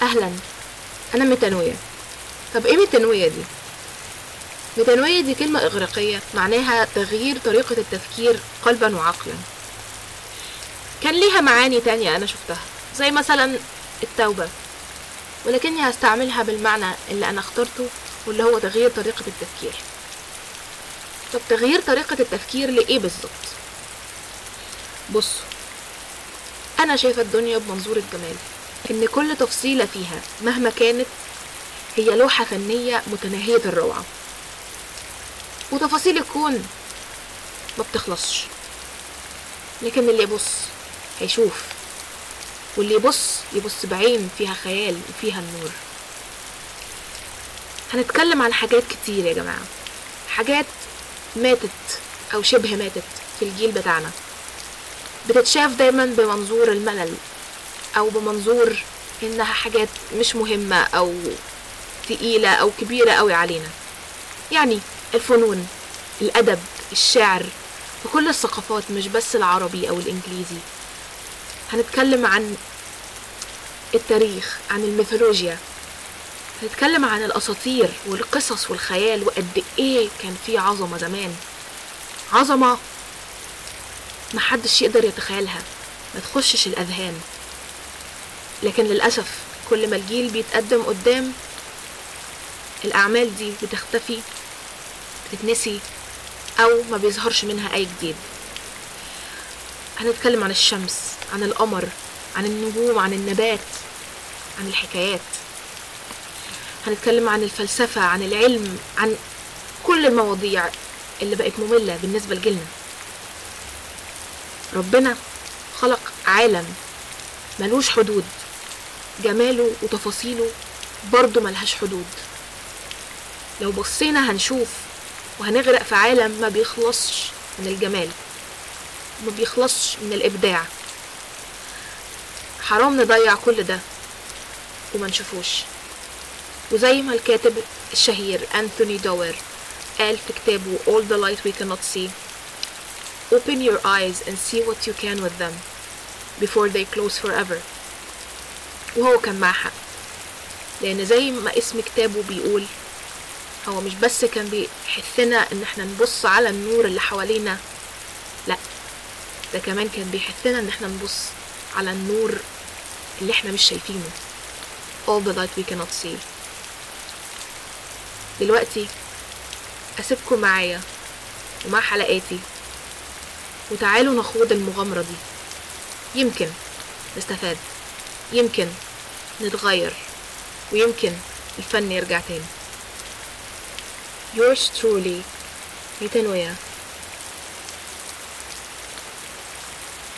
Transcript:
أهلا، أنا ميتانويا. طب إيه ميتانويا دي؟ ميتانويا دي كلمة إغريقية معناها تغيير طريقة التفكير قلبا وعقلا. كان ليها معاني تانية أنا شفتها، زي مثلا التوبة، ولكني هستعملها بالمعنى اللي أنا اخترته، واللي هو تغيير طريقة التفكير. طب تغيير طريقة التفكير لإيه بالظبط؟ بصوا، أنا شايفة الدنيا بمنظور الجمال، إن كل تفصيلة فيها مهما كانت هي لوحة فنية متناهية الروعة، وتفاصيل الكون ما بتخلصش، لكن اللي يبص هيشوف، واللي يبص بعين فيها خيال وفيها النور. هنتكلم عن حاجات كتير يا جماعة، حاجات ماتت أو شبه ماتت في الجيل بتاعنا، بتتشاف دايما بمنظور الملل، أو بمنظور إنها حاجات مش مهمة أو تقيلة أو كبيرة أوي علينا. يعني الفنون، الأدب، الشعر، وكل الثقافات، مش بس العربي أو الإنجليزي. هنتكلم عن التاريخ، عن الميثولوجيا، هنتكلم عن الأساطير والقصص والخيال، وقد إيه كان في عظمة زمان، عظمة محدش يقدر يتخيلها، ما تخشش الأذهان. لكن للأسف كل ما الجيل بيتقدم قدام، الأعمال دي بتختفي، بتتنسي، أو ما بيظهرش منها أي جديد. هنتكلم عن الشمس، عن القمر، عن النجوم، عن النبات، عن الحكايات. هنتكلم عن الفلسفة، عن العلم، عن كل المواضيع اللي بقت مملة بالنسبة لجيلنا. ربنا خلق عالم ملوش حدود، جماله وتفاصيله برضو ملهاش حدود. لو بصينا هنشوف وهنغرق في عالم ما بيخلصش من الجمال، ما بيخلصش من الإبداع. حرام نضيع كل ده وما نشوفوش. وزي ما الكاتب الشهير أنثوني دوير قال في كتابه All the Light We Cannot See, Open your eyes and see what you can with them before they close forever. وهو كان معاه حق، لأن زي ما اسم كتابه بيقول، هو مش بس كان بيحثنا ان احنا نبص على النور اللي حوالينا، لا، ده كمان كان بيحثنا ان احنا نبص على النور اللي احنا مش شايفينه. All the light we cannot see. دلوقتي اسيبكم معايا ومع حلقاتي، وتعالوا نخوض المغامرة دي. يمكن نستفاد، يمكن نتغير، ويمكن الفن يرجع تاني. Yours truly, ميتانويا.